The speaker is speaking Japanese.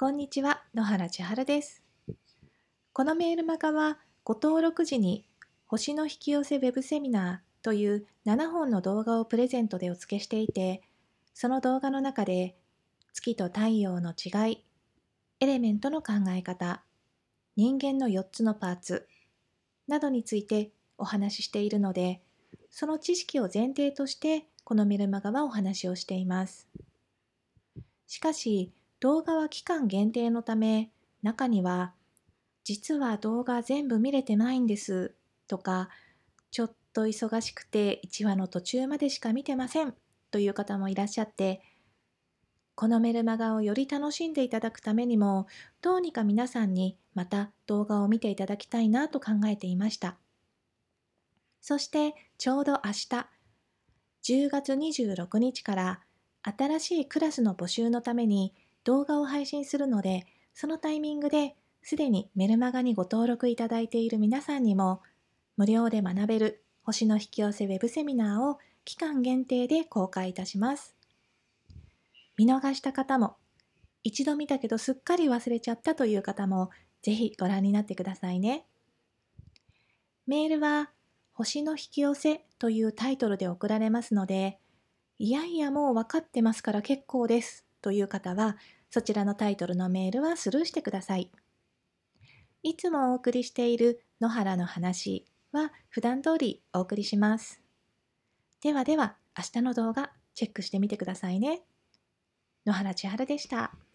こんにちは、野原千春です。このメールマガは、ご登録時に星の引き寄せウェブセミナーという7本の動画をプレゼントでお付けしていて、その動画の中で月と太陽の違い、エレメントの考え方、人間の4つのパーツなどについてお話ししているので、その知識を前提としてこのメルマガはお話をしています。しかし、動画は期間限定のため、中には実は動画全部見れてないんですとか、ちょっと忙しくて1話の途中までしか見てませんという方もいらっしゃって、このメルマガをより楽しんでいただくためにも、どうにか皆さんにまた動画を見ていただきたいなと考えていました。そしてちょうど明日、10月26日から新しいクラスの募集のために動画を配信するので、そのタイミングですでにメルマガにご登録いただいている皆さんにも無料で学べる星の引き寄せウェブセミナーを期間限定で公開いたします。見逃した方も、一度見たけどすっかり忘れちゃったという方もぜひご覧になってくださいね。メールは星の引き寄せというタイトルで送られますので、いやいやもう分かってますから結構ですという方は、そちらのタイトルのメールはスルーしてください。いつもお送りしている野原の話は普段通りお送りします。ではでは、明日の動画チェックしてみてくださいね。野原千春でした。